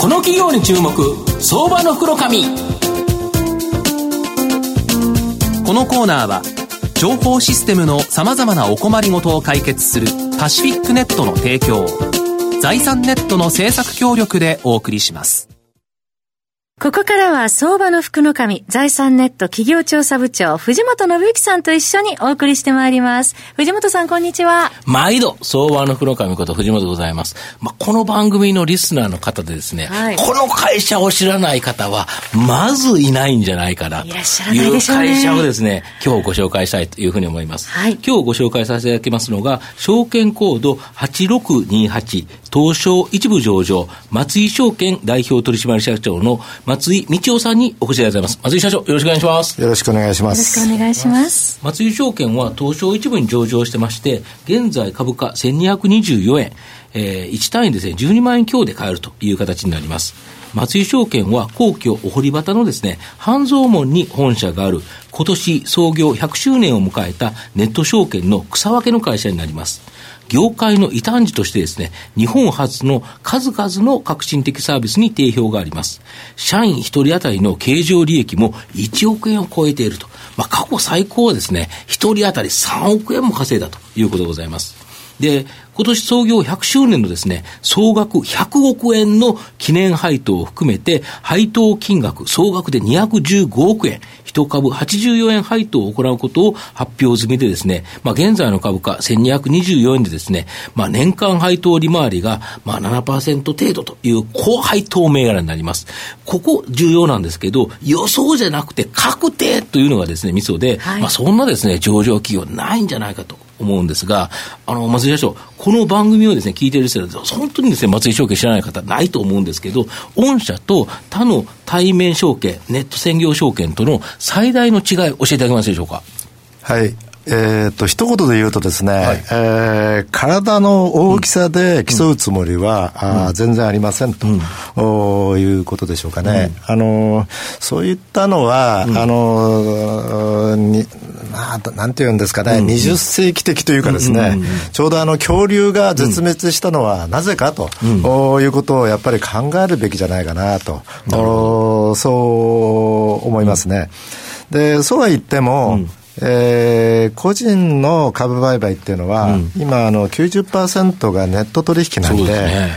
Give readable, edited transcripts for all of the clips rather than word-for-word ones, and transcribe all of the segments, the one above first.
この企業に注目、相場の福の神。このコーナーは情報システムのさまざまなお困りごとを解決するパシフィックネットの提供、財産ネットの制作協力でお送りします。 ここからは相場の福の神、財産ネット企業調査部長藤本信之さんと一緒にお送りしてまいります。藤本さん、こんにちは。 毎度相場の福の神こと藤本でございます。この番組のリスナーの方でですね、はい、この会社を知らない方はまずいないんじゃないかなという会社をですね、今日ご紹介したいというふうに思います、はい、今日ご紹介させていただきますのが証券コード8628東証一部上場松井証券代表取締役社長の松井道夫さんにお越しいただいています。松井社長、よろしくお願いします。 よろしくお願いします。 よろしくお願いします。 松井証券は東証一部に上場してまして、現在株価1224円、1単位ですね、12万円強で買えるという形になります。松井証券は皇居お堀端のですね、半蔵門に本社がある、今年創業100周年を迎えたネット証券の草分けの会社になります。業界の異端児としてですね、日本初の数々の革新的サービスに定評があります。社員一人当たりの経常利益も1億円を超えていると。過去最高はですね、一人当たり3億円も稼いだということでございます。で、今年創業100周年のですね、総額100億円の記念配当を含めて、配当金額総額で215億円、一株84円配当を行うことを発表済みでですね、現在の株価1224円でですね、年間配当利回りが7% 程度という高配当銘柄になります。ここ重要なんですけど、予想じゃなくて確定というのがですね、ミソで、はい、そんなですね、上場企業ないんじゃないかと思うんですが、松井社長、この番組をですね、聞いている人は本当にですね、松井証券知らない方ないと思うんですけど、御社と他の対面証券、ネット専業証券との最大の違い教えていただけますでしょうか。 はい。一言で言うとですね、はい、体の大きさで競うつもりは、全然ありませんと、いうことでしょうかね。そういったのは、なんて言うんですかね、20世紀的というかですね、ちょうど恐竜が絶滅したのはなぜかと、いうことをやっぱり考えるべきじゃないかなと、そう思いますね。で、そうは言っても、個人の株売買っていうのは、今90% がネット取引なんで、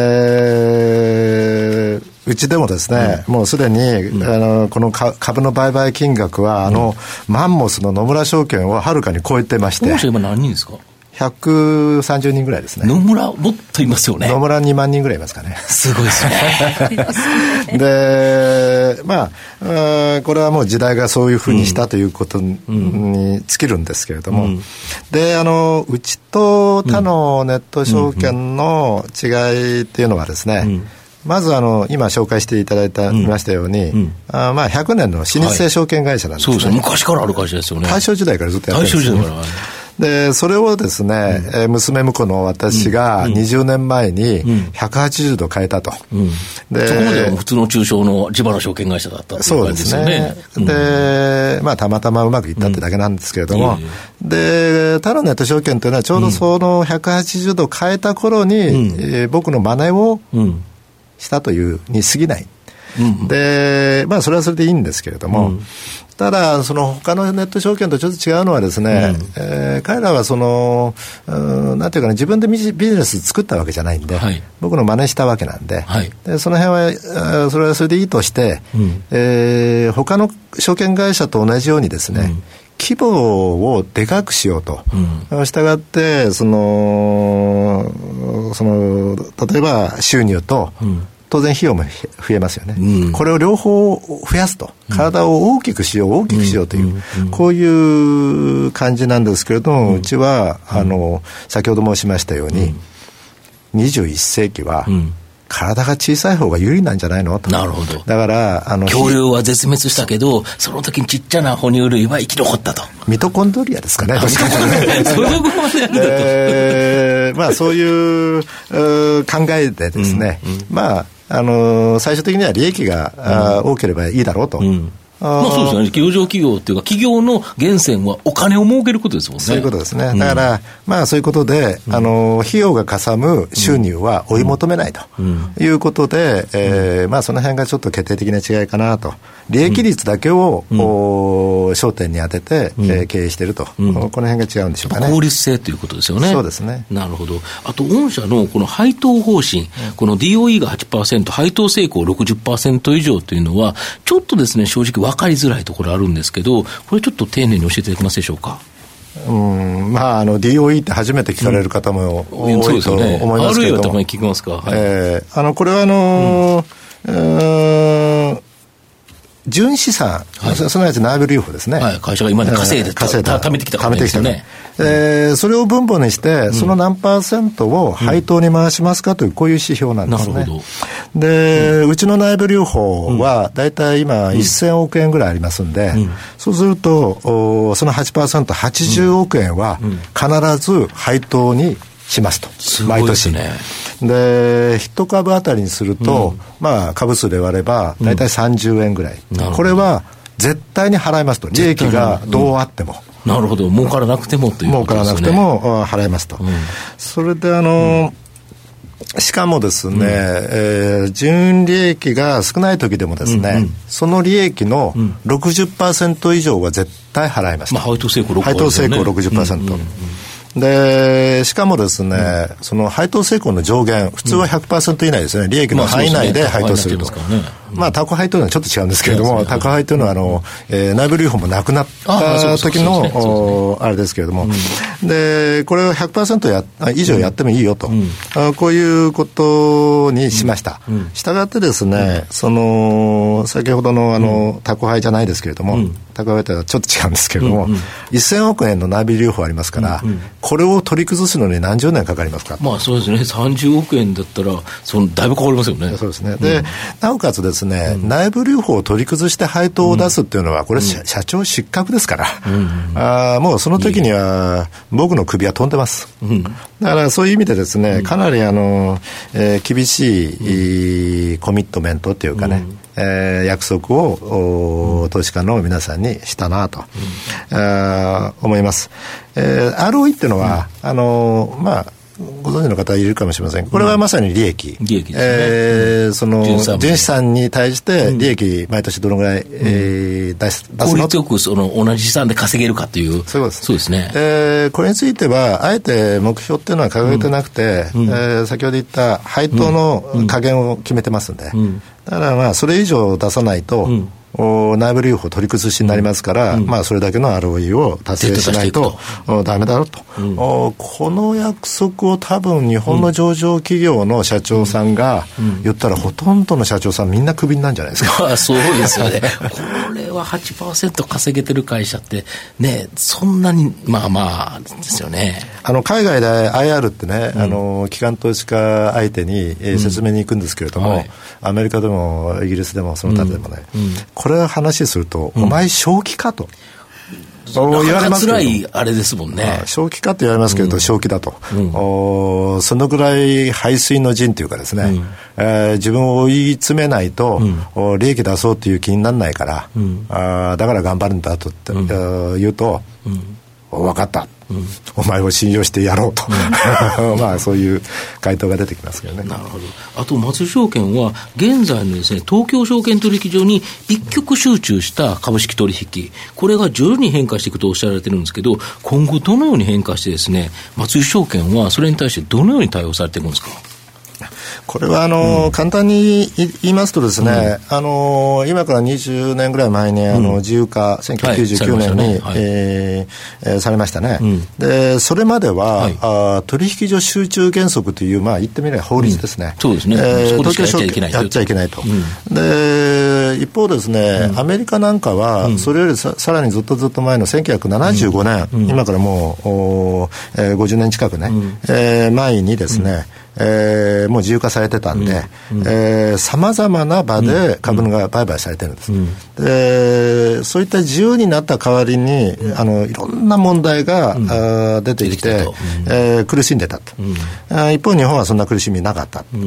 うちでもですね、もうすでに、この株の売買金額はマンモスの野村証券をはるかに超えてまして。 御社今何人ですか ？130人ぐらいですね。 野村もっといますよね。 野村2万人ぐらいいますかね。 すごいですね。 で、これはもう時代がそういうふうにしたということに尽きるんですけれども、で、うちと他のネット証券の違いっていうのはですね、まず今紹介していただいましたように、100年の老舗証券会社なんですね。 そうですね。昔からある会社ですよね。 大正時代からずっとやってるんですよね。大正時代から。で、それをですね、娘婿の私が20年前に180度変えたと。 で、そこまでは普通の中小の地場の証券会社だったっていう感じですよね。 そうですね。で、たまたまうまくいったってだけなんですけれども、で、他のネット証券というのはちょうどその180度変えた頃に、僕の真似をしたというに過ぎない。で、それはそれでいいんですけれども、ただその他のネット証券とちょっと違うのはですね、彼らはなんていうかな、自分でビジネス作ったわけじゃないんで、僕の真似したわけなんで、でその辺はそれはそれでいいとして、他の証券会社と同じようにですね、規模をでかくしようと、したがって例えば収入と、当然費用も増えますよね、これを両方増やすと、体を大きくしようという、こういう感じなんですけれども、うちは先ほど申しましたように、21世紀は、体が小さい方が有利なんじゃないのと。 なるほど。 だから恐竜は絶滅したけど、その時にちっちゃな哺乳類は生き残ったと。 ミトコンドリアですかね。 その後までやるだと、そういう考えでですね、最終的には利益が多ければいいだろうと。 そうですよね。上場企業っていうか、企業の源泉はお金を儲けることですもんね。 そういうことですね。だから、そういうことで、費用がかさむ収入は追い求めないということで、その辺がちょっと決定的な違いかなと。利益率だけを、焦点に当てて、経営していると、この辺が違うんでしょうかね。 効率性ということですよね。 そうですね。 なるほど。あと御社のこの配当方針、この DOE が 8%、配当成功 60% 以上というのはちょっとですね、正直分かりづらいところあるんですけど、これちょっと丁寧に教えていただけますでしょうか。 DOE って初めて聞かれる方も多いと思いますけど、 ROE はたまに聞きますか。 これは純資産、すなわち内部留保ですね。 会社が今まで稼いで貯めてきたからですよね。 それを分母にして、その何%を配当に回しますかという、こういう指標なんですね。なるほど。で、うちの内部留保は、だいたい今、1000億円ぐらいありますんで、そうすると、その 8%、80億円は、必ず配当にしますと。毎年。で、1株当たりにすると、株数で割れば、だいたい30円ぐらい。これは、絶対に払いますと。利益がどうあっても。 なるほど。儲からなくてもということですね。 儲からなくても払いますと。それで、しかもですね、純利益が少ない時でもですね、その利益の 60% 以上は絶対払いますと。 配当成功 60%。 配当成功 60%。で、しかもですね、その配当成功の上限、普通は 100% 以内ですね。利益の範囲内で配当すると。宅配というのはちょっと違うんですけれども、宅配というのは内部留保もなくなった時のあれですけれども、でこれを 100% 以上やってもいいよと、こういうことにしました。したがってですね、先ほどの宅配じゃないですけれども、宅配とはちょっと違うんですけれども、1000億円の内部留保ありますから、これを取り崩すのに何十年かかりますか。 そうですね。30億円だったらだいぶかかりますよね。 そうですね。で、なおかつですね、内部留保を取り崩して配当を出すっていうのは、これ、社長失格ですから、もうその時には僕の首は飛んでます。だからそういう意味でですね、かなり厳しいコミットメントっていうかね、約束を投資家の皆さんにしたなと、思います。ROE っていうのは、ご存知の方いるかもしれませんが、これはまさに利益。利益ですね。純資産に対して利益毎年どのぐらい、出すの効率よく同じ資産で稼げるかという。 そうです。 そうですね。 これについてはあえて目標っていうのは掲げてなくて、先ほど言った配当の加減を決めてますんで、だからそれ以上出さないと、内部留保取り崩しになりますから、それだけの ROE を達成しないとダメだろうと、この約束を多分日本の上場企業の社長さんが言ったら、ほとんどの社長さんみんなクビになるんじゃないですか。 そうですよね。これは 8% 稼げてる会社ってね、そんなにですよね。 海外で IR ってね、機関投資家相手に説明に行くんですけれども、アメリカでもイギリスでもその他でもね、これを話すると、お前正気かと言われますけど、 辛いあれですもんね。 正気かと言われますけど、正気だと、そのぐらい背水の陣というかですね、自分を追い詰めないと、利益出そうという気にならないから、だから頑張るんだと言うと、分かった、お前を信用してやろうとそういう回答が出てきますけどね。 なるほど。あと松井証券は現在のですね、東京証券取引所に一極集中した株式取引、これが徐々に変化していくとおっしゃられてるんですけど、今後どのように変化してですね、松井証券はそれに対してどのように対応されていくんですか。 これは簡単に言いますとですね、今から20年ぐらい前に自由化、1999年に、されましたね。でそれまでは、取引所集中原則という、言ってみれば法律ですね。 そうですね。 東京証券やっちゃいけないと。で一方ですね、アメリカなんかは、それよりさらにずっと前の1975年、今からもう50年近くね、前にですね、もう自由化されてたんで、さまざまな場で株が売買されてるんです、でそういった自由になった代わりに、いろんな問題が、出てきて、苦しんでたと、一方日本はそんな苦しみなかった、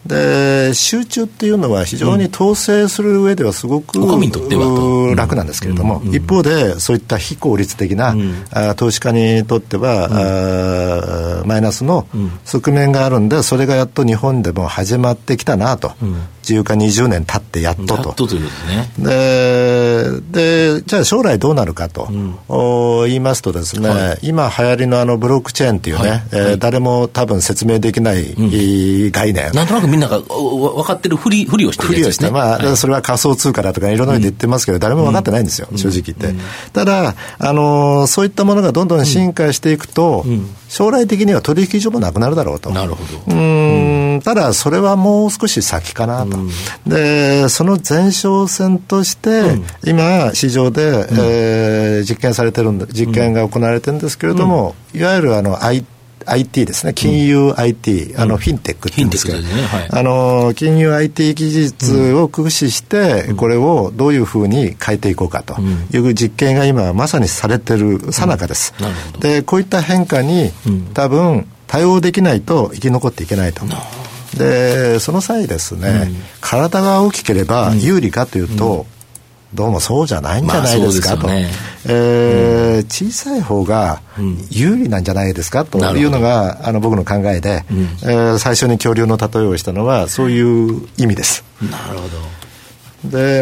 で集中っていうのは非常に統制する上ではすごく、楽なんですけれども、一方でそういった非効率的な、投資家にとっては、マイナスの側面があるんで、それがやっと日本でも始まってきたなと、自由化20年経ってやっとと。 やっとということですね。 でじゃあ将来どうなるかと、言いますとですね、今流行りのブロックチェーンっていうね、誰も多分説明できない概念、 なんとなくみんなが分かってるふりをしてるやつですね。 それは仮想通貨だとかいろんなので言ってますけど、誰も分かってないんですよ、正直言って。ただそういったものがどんどん進化していくと、将来的には取引所もなくなるだろうと。 なるほど。 ただそれはもう少し先かなと。でその前哨戦として、今市場で、実験が行われてるんですけれども、いわゆるIT ですね、金融 IT、フィンテックって言うんですけど、金融 IT 技術を駆使して、これをどういうふうに変えていこうかという実験が今まさにされてる最中です。で、こういった変化に多分対応できないと生き残っていけないと。で、その際ですね、体が大きければ有利かというと、どうもそうじゃないんじゃないですかと、小さい方が有利なんじゃないですかというのが僕の考えで、最初に恐竜の例えをしたのはそういう意味です。 なるほど。で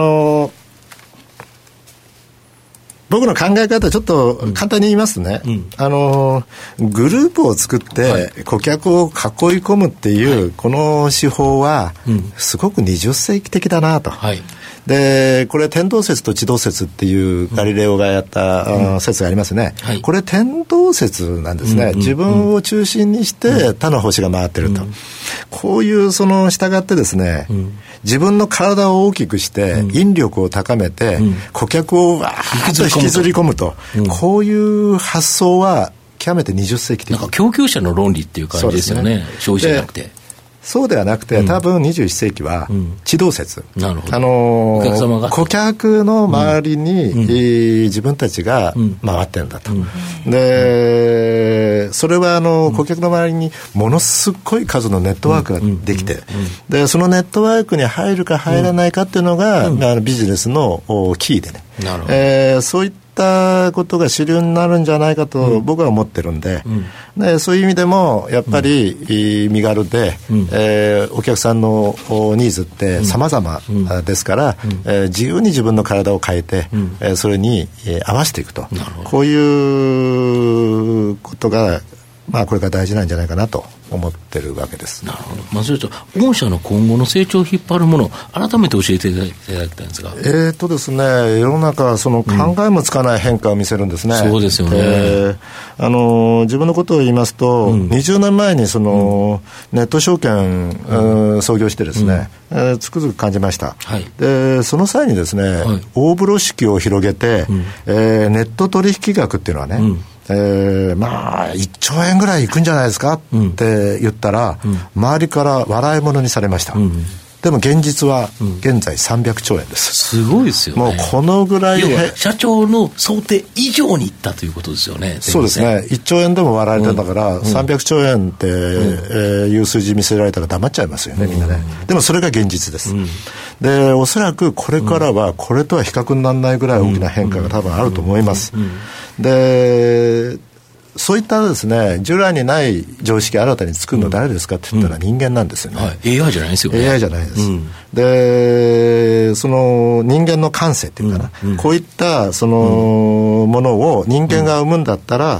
僕の考え方ちょっと簡単に言いますね、グループを作って顧客を囲い込むっていうこの手法はすごく20世紀的だなと。でこれ天動説と地動説っていうガリレオがやった、説がありますね、これ天動説なんですね、自分を中心にして他の星が回ってると、こういう従ってですね、自分の体を大きくして引力を高めて、顧客をわーっと引きずり込むと、こういう発想は極めて20世紀的。 なんか供給者の論理っていう感じですよね、消費者じゃなくて。 そうではなくて、多分21世紀は地動説、 なるほど、お客様が顧客の周りに、自分たちが回ってるんだと、でそれは顧客の周りにものすごい数のネットワークができて、でそのネットワークに入るか入らないかっていうのが、ビジネスのキーでね、 なるほど、 そういったことが主流になるんじゃないかと僕は思ってるんで、でそういう意味でもやっぱり身軽で、お客さんのニーズって様々ですから、自由に自分の体を変えて、それに合わせていくと、こういうことがこれが大事なんじゃないかなと思ってるわけです。 なるほど。それと御社の今後の成長を引っ張るもの、改めて教えていただきたいんですが。 ですね、世の中は考えもつかない変化を見せるんですね。 そうですよね。 自分のことを言いますと、20年前にネット証券、創業してですね、つくづく感じました。でその際にですね、大風呂敷を広げて、ネット取引額っていうのはね、1兆円ぐらいいくんじゃないですかって言ったら、周りから笑い物にされました。でも現実は現在300兆円です。 すごいですよね。 もうこのぐらい社長の想定以上にいったということですよね。 そうですね。1兆円でも笑えてんだから、300兆円っていう数字見せられたら黙っちゃいますよね、みんなね。でもそれが現実です。でおそらくこれからはこれとは比較にならないぐらい大きな変化が多分あると思います。でそういったですね、従来にない常識新たに作るの誰ですかって言ったら人間なんですよね。 AI じゃないですよね。 AI じゃないです。でその人間の感性っていうかな、こういったものを人間が生むんだったら、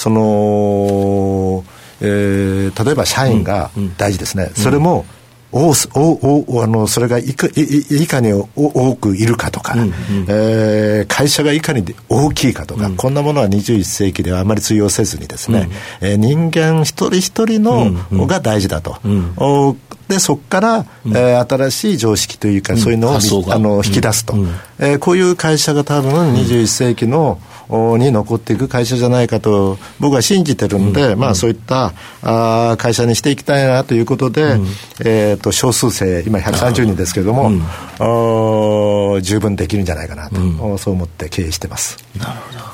例えば社員が大事ですね。それもそれがいかに多くいるかとか、会社がいかに大きいかとか、こんなものは21世紀ではあまり通用せずにですね、人間一人一人のが大事だと。でそこから、新しい常識というか、そういうのを引き出すと、こういう会社が多分21世紀のに残っていく会社じゃないかと僕は信じてるんで、そういった会社にしていきたいなということで、少数生今130人ですけれども、十分できるんじゃないかなと、そう思って経営してます。 なるほど。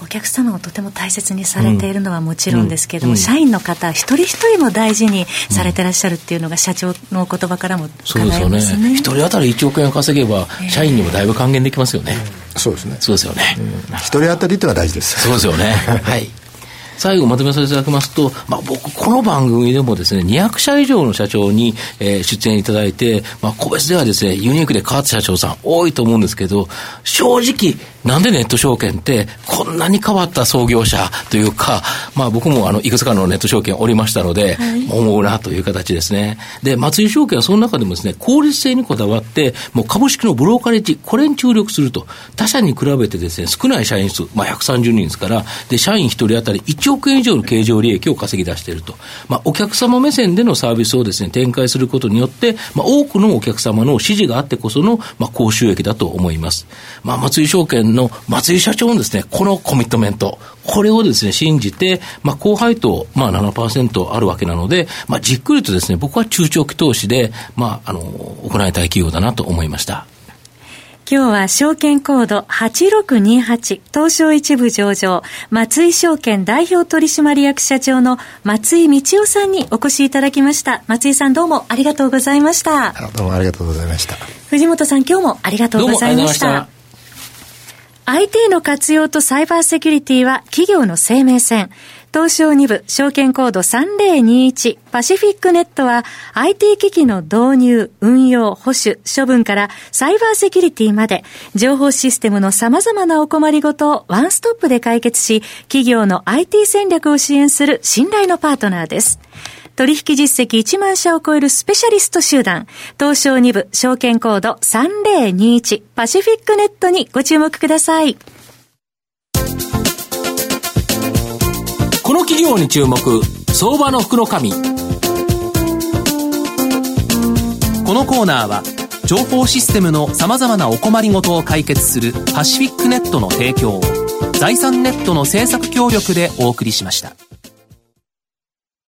客様をとても大切にされているのはもちろんですけれども、社員の方一人一人も大事にされてらっしゃるっていうのが社長のお言葉からも伺えますね。 そうですよね。一人当たり1億円を稼げば、社員にもだいぶ還元できますよね。 そうですね。 そうですよね。 一人当たりっていうのは大事です。 そうですよね。はい。最後まとめさせていただきますと、僕、この番組でもですね、200社以上の社長に、出演いただいて、個別ではですね、ユニークで変わった社長さん多いと思うんですけど、正直、なんでネット証券ってこんなに変わった創業者というか、僕もいくつかのネット証券おりましたので、思うなという形ですね。で、松井証券はその中でもですね、効率性にこだわって、もう株式のブローカレッジ、これに注力すると。他社に比べてですね、少ない社員数、130人ですから、で、社員1人当たり1億円以上の経常利益を稼ぎ出していると。お客様目線でのサービスをですね、展開することによって、多くのお客様の支持があってこその、高収益だと思います。松井証券の松井社長のですね、このコミットメント、これをですね、信じて、高配当、7% あるわけなので、じっくりとですね、僕は中長期投資で、行いたい企業だなと思いました。 今日は証券コード8628東証一部上場松井証券代表取締役社長の松井道夫さんにお越しいただきました。松井さんどうもありがとうございました。 どうもありがとうございました。 藤本さん今日もありがとうございました。IT の活用とサイバーセキュリティは企業の生命線。東証2部証券コード3021パシフィックネットは IT 機器の導入、運用、保守、処分からサイバーセキュリティまで情報システムの様々なお困りごとをワンストップで解決し、企業の IT 戦略を支援する信頼のパートナーです。取引実績1万社を超えるスペシャリスト集団、東証2部証券コード3021パシフィックネットにご注目ください。 この企業に注目、相場の福の神。 このコーナーは情報システムのさまざまなお困りごとを解決するパシフィックネットの提供を財産ネットの制作協力でお送りしました。